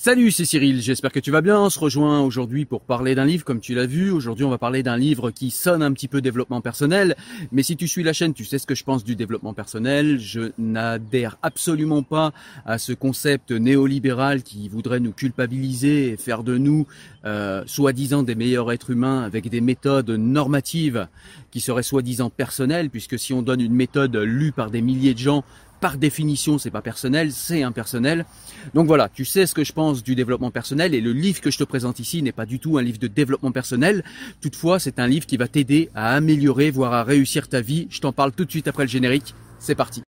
Salut, c'est Cyril, j'espère que tu vas bien. On se rejoint aujourd'hui pour parler d'un livre, comme tu l'as vu. Aujourd'hui, on va parler d'un livre qui sonne un petit peu développement personnel. Mais si tu suis la chaîne, tu sais ce que je pense du développement personnel. Je n'adhère absolument pas à ce concept néolibéral qui voudrait nous culpabiliser et faire de nous, soi-disant, des meilleurs êtres humains avec des méthodes normatives qui seraient soi-disant personnelles, puisque si on donne une méthode lue par des milliers de gens, par définition, c'est pas personnel, c'est impersonnel. Donc voilà, tu sais ce que je pense du développement personnel et le livre que je te présente ici n'est pas du tout un livre de développement personnel. Toutefois, c'est un livre qui va t'aider à améliorer, voire à réussir ta vie. Je t'en parle tout de suite après le générique. C'est parti.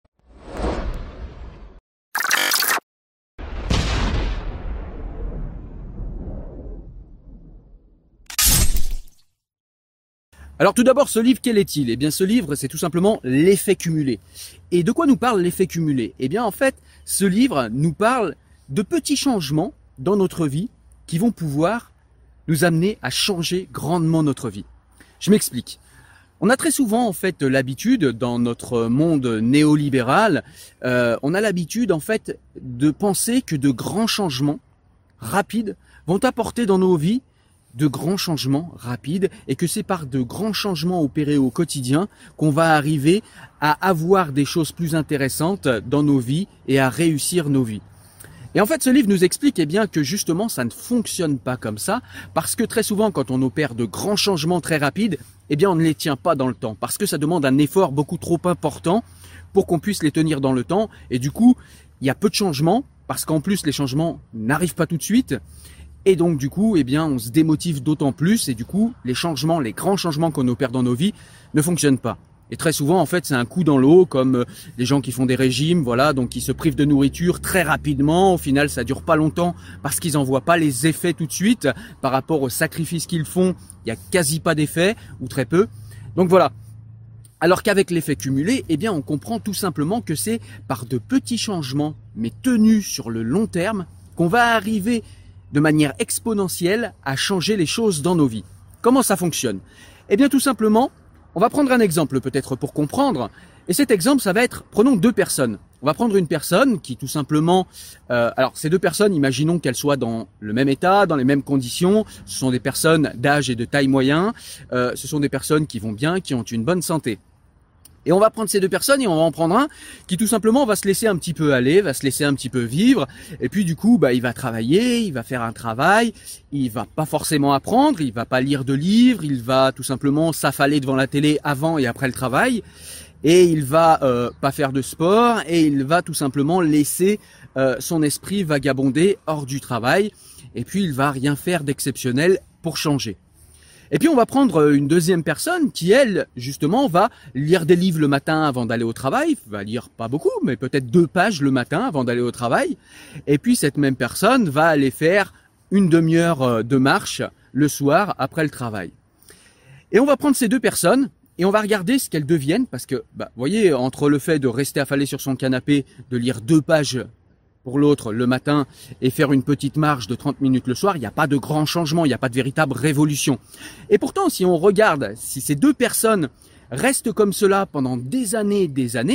Alors tout d'abord, ce livre, quel est-il? Eh bien ce livre, c'est tout simplement l'effet cumulé. Et de quoi nous parle l'effet cumulé? Eh bien en fait, ce livre nous parle de petits changements dans notre vie qui vont pouvoir nous amener à changer grandement notre vie. Je m'explique. On a très souvent en fait l'habitude, dans notre monde néolibéral, on a l'habitude en fait de penser que de grands changements rapides vont apporter dans nos vies de grands changements rapides et que c'est par de grands changements opérés au quotidien qu'on va arriver à avoir des choses plus intéressantes dans nos vies et à réussir nos vies. Et en fait, ce livre nous explique bien que justement, ça ne fonctionne pas comme ça parce que très souvent, quand on opère de grands changements très rapides, on ne les tient pas dans le temps parce que ça demande un effort beaucoup trop important pour qu'on puisse les tenir dans le temps et du coup, il y a peu de changements parce qu'en plus, les changements n'arrivent pas tout de suite. Et donc du coup, on se démotive d'autant plus et du coup, les grands changements qu'on opère dans nos vies ne fonctionnent pas. Et très souvent, en fait, c'est un coup dans l'eau, comme les gens qui font des régimes, voilà, donc qui se privent de nourriture très rapidement. Au final, ça dure pas longtemps parce qu'ils en voient pas les effets tout de suite par rapport aux sacrifices qu'ils font. Il y a quasi pas d'effet ou très peu. Donc voilà. Alors qu'avec l'effet cumulé, on comprend tout simplement que c'est par de petits changements, mais tenus sur le long terme, qu'on va arriver de manière exponentielle à changer les choses dans nos vies. Comment ça fonctionne? Tout simplement, on va prendre un exemple peut-être pour comprendre. Et cet exemple, ça va être, prenons deux personnes. On va prendre une personne qui tout simplement... alors ces deux personnes, imaginons qu'elles soient dans le même état, dans les mêmes conditions. Ce sont des personnes d'âge et de taille moyen. Ce sont des personnes qui vont bien, qui ont une bonne santé. Et on va prendre ces deux personnes et on va en prendre un qui tout simplement va se laisser un petit peu aller, va se laisser un petit peu vivre. Et puis du coup, il va travailler, il va faire un travail, il va pas forcément apprendre, il va pas lire de livres, il va tout simplement s'affaler devant la télé avant et après le travail. Et il va pas faire de sport et il va tout simplement laisser son esprit vagabonder hors du travail. Et puis il va rien faire d'exceptionnel pour changer. Et puis on va prendre une deuxième personne qui, elle, justement, va lire des livres le matin avant d'aller au travail, va lire pas beaucoup, mais peut-être 2 pages le matin avant d'aller au travail. Et puis cette même personne va aller faire une demi-heure de marche le soir après le travail. Et on va prendre ces deux personnes et on va regarder ce qu'elles deviennent, parce que, vous voyez, entre le fait de rester affalé sur son canapé, de lire 2 pages pour l'autre le matin et faire une petite marche de 30 minutes le soir, il n'y a pas de grand changement, il n'y a pas de véritable révolution. Et pourtant, si on regarde, si ces deux personnes restent comme cela pendant des années,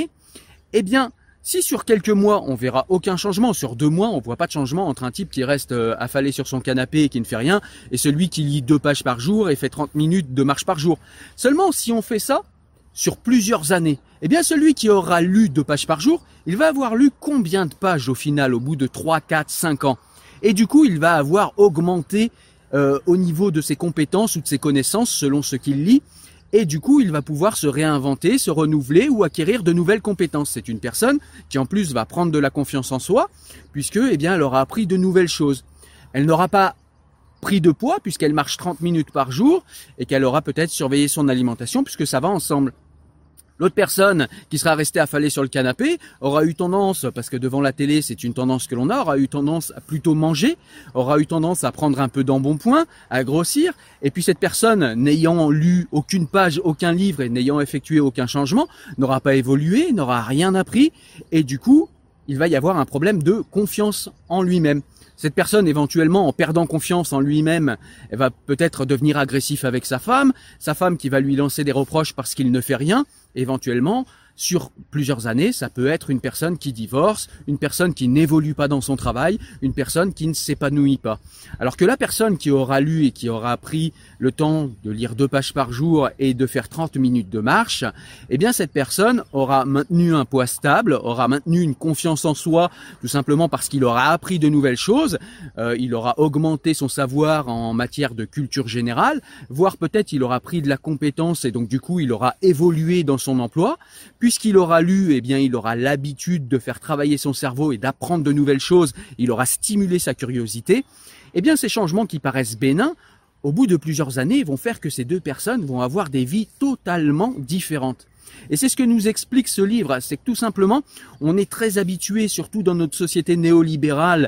si sur quelques mois on verra aucun changement, sur 2 mois on voit pas de changement entre un type qui reste affalé sur son canapé et qui ne fait rien et celui qui lit 2 pages par jour et fait 30 minutes de marche par jour. Seulement si on fait ça sur plusieurs années, celui qui aura lu 2 pages par jour, il va avoir lu combien de pages au final, au bout de 3, 4, 5 ans? Et du coup, il va avoir augmenté au niveau de ses compétences ou de ses connaissances selon ce qu'il lit. Et du coup, il va pouvoir se réinventer, se renouveler ou acquérir de nouvelles compétences. C'est une personne qui en plus va prendre de la confiance en soi, puisque elle aura appris de nouvelles choses. Elle n'aura pas pris de poids puisqu'elle marche 30 minutes par jour et qu'elle aura peut-être surveillé son alimentation puisque ça va ensemble. L'autre personne qui sera restée affalée sur le canapé aura eu tendance, parce que devant la télé c'est une tendance que l'on a, aura eu tendance à plutôt manger, aura eu tendance à prendre un peu d'embonpoint, à grossir, et puis cette personne n'ayant lu aucune page, aucun livre et n'ayant effectué aucun changement, n'aura pas évolué, n'aura rien appris, et du coup il va y avoir un problème de confiance en lui-même. Cette personne, éventuellement, en perdant confiance en lui-même, elle va peut-être devenir agressif avec sa femme qui va lui lancer des reproches parce qu'il ne fait rien. Éventuellement, sur plusieurs années. Ça peut être une personne qui divorce, une personne qui n'évolue pas dans son travail, une personne qui ne s'épanouit pas. Alors que la personne qui aura lu et qui aura pris le temps de lire 2 pages par jour et de faire 30 minutes de marche, eh bien cette personne aura maintenu un poids stable, aura maintenu une confiance en soi, tout simplement parce qu'il aura appris de nouvelles choses, il aura augmenté son savoir en matière de culture générale, voire peut-être il aura pris de la compétence et donc du coup il aura évolué dans son emploi. Puisqu'il aura lu, eh bien il aura l'habitude de faire travailler son cerveau et d'apprendre de nouvelles choses, il aura stimulé sa curiosité. Eh bien ces changements qui paraissent bénins, au bout de plusieurs années, vont faire que ces deux personnes vont avoir des vies totalement différentes. Et c'est ce que nous explique ce livre, c'est que tout simplement, on est très habitué, surtout dans notre société néolibérale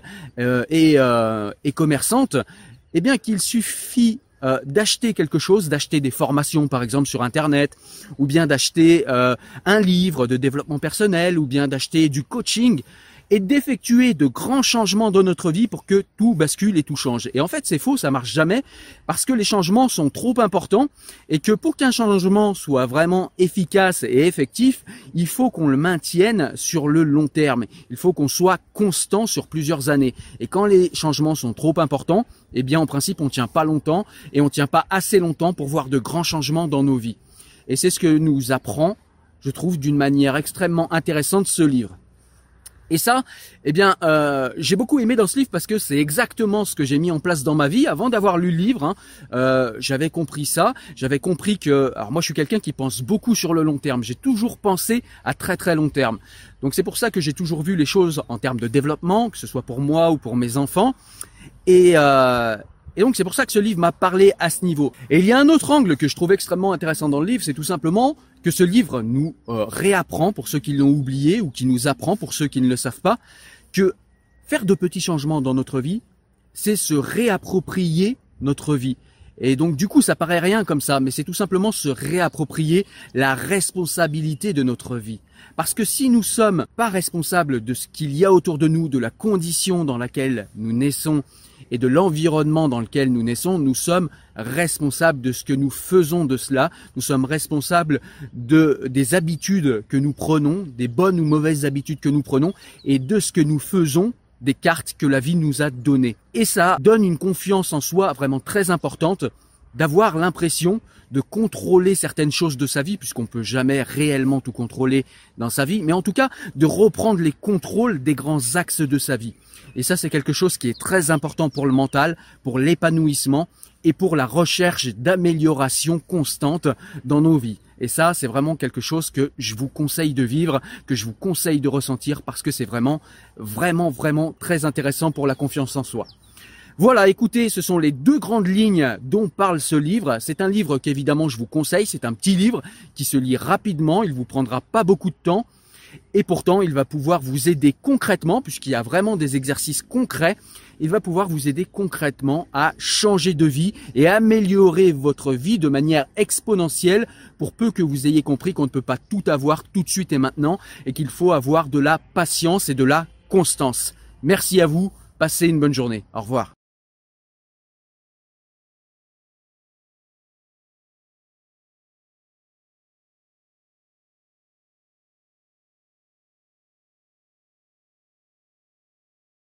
et commerçante, eh bien qu'il suffit d'acheter quelque chose, d'acheter des formations par exemple sur Internet, ou bien d'acheter un livre de développement personnel, ou bien d'acheter du coaching, et d'effectuer de grands changements dans notre vie pour que tout bascule et tout change. Et en fait, c'est faux, ça marche jamais, parce que les changements sont trop importants, et que pour qu'un changement soit vraiment efficace et effectif, il faut qu'on le maintienne sur le long terme. Il faut qu'on soit constant sur plusieurs années. Et quand les changements sont trop importants, eh bien, en principe, on tient pas longtemps, et on tient pas assez longtemps pour voir de grands changements dans nos vies. Et c'est ce que nous apprend, je trouve, d'une manière extrêmement intéressante ce livre. Et ça, eh bien, j'ai beaucoup aimé dans ce livre parce que c'est exactement ce que j'ai mis en place dans ma vie. Avant d'avoir lu le livre, j'avais compris ça. J'avais compris que, alors moi je suis quelqu'un qui pense beaucoup sur le long terme. J'ai toujours pensé à très très long terme. Donc c'est pour ça que j'ai toujours vu les choses en termes de développement, que ce soit pour moi ou pour mes enfants. Et donc c'est pour ça que ce livre m'a parlé à ce niveau. Et il y a un autre angle que je trouve extrêmement intéressant dans le livre, c'est tout simplement que ce livre nous réapprend, pour ceux qui l'ont oublié, ou qui nous apprend, pour ceux qui ne le savent pas, que faire de petits changements dans notre vie, c'est se réapproprier notre vie. Et donc du coup ça paraît rien comme ça, mais c'est tout simplement se réapproprier la responsabilité de notre vie. Parce que si nous sommes pas responsables de ce qu'il y a autour de nous, de la condition dans laquelle nous naissons et de l'environnement dans lequel nous naissons, nous sommes responsables de ce que nous faisons de cela, nous sommes responsables des habitudes que nous prenons, des bonnes ou mauvaises habitudes que nous prenons et de ce que nous faisons des cartes que la vie nous a données. Et ça donne une confiance en soi vraiment très importante, d'avoir l'impression de contrôler certaines choses de sa vie, puisqu'on peut jamais réellement tout contrôler dans sa vie, mais en tout cas de reprendre les contrôles des grands axes de sa vie. Et ça, c'est quelque chose qui est très important pour le mental, pour l'épanouissement et pour la recherche d'amélioration constante dans nos vies. Et ça, c'est vraiment quelque chose que je vous conseille de vivre, que je vous conseille de ressentir, parce que c'est vraiment très intéressant pour la confiance en soi. Voilà, écoutez, ce sont les deux grandes lignes dont parle ce livre. C'est un livre qu'évidemment je vous conseille, c'est un petit livre qui se lit rapidement, il vous prendra pas beaucoup de temps et pourtant il va pouvoir vous aider concrètement, puisqu'il y a vraiment des exercices concrets, il va pouvoir vous aider concrètement à changer de vie et à améliorer votre vie de manière exponentielle, pour peu que vous ayez compris qu'on ne peut pas tout avoir tout de suite et maintenant et qu'il faut avoir de la patience et de la constance. Merci à vous, passez une bonne journée. Au revoir.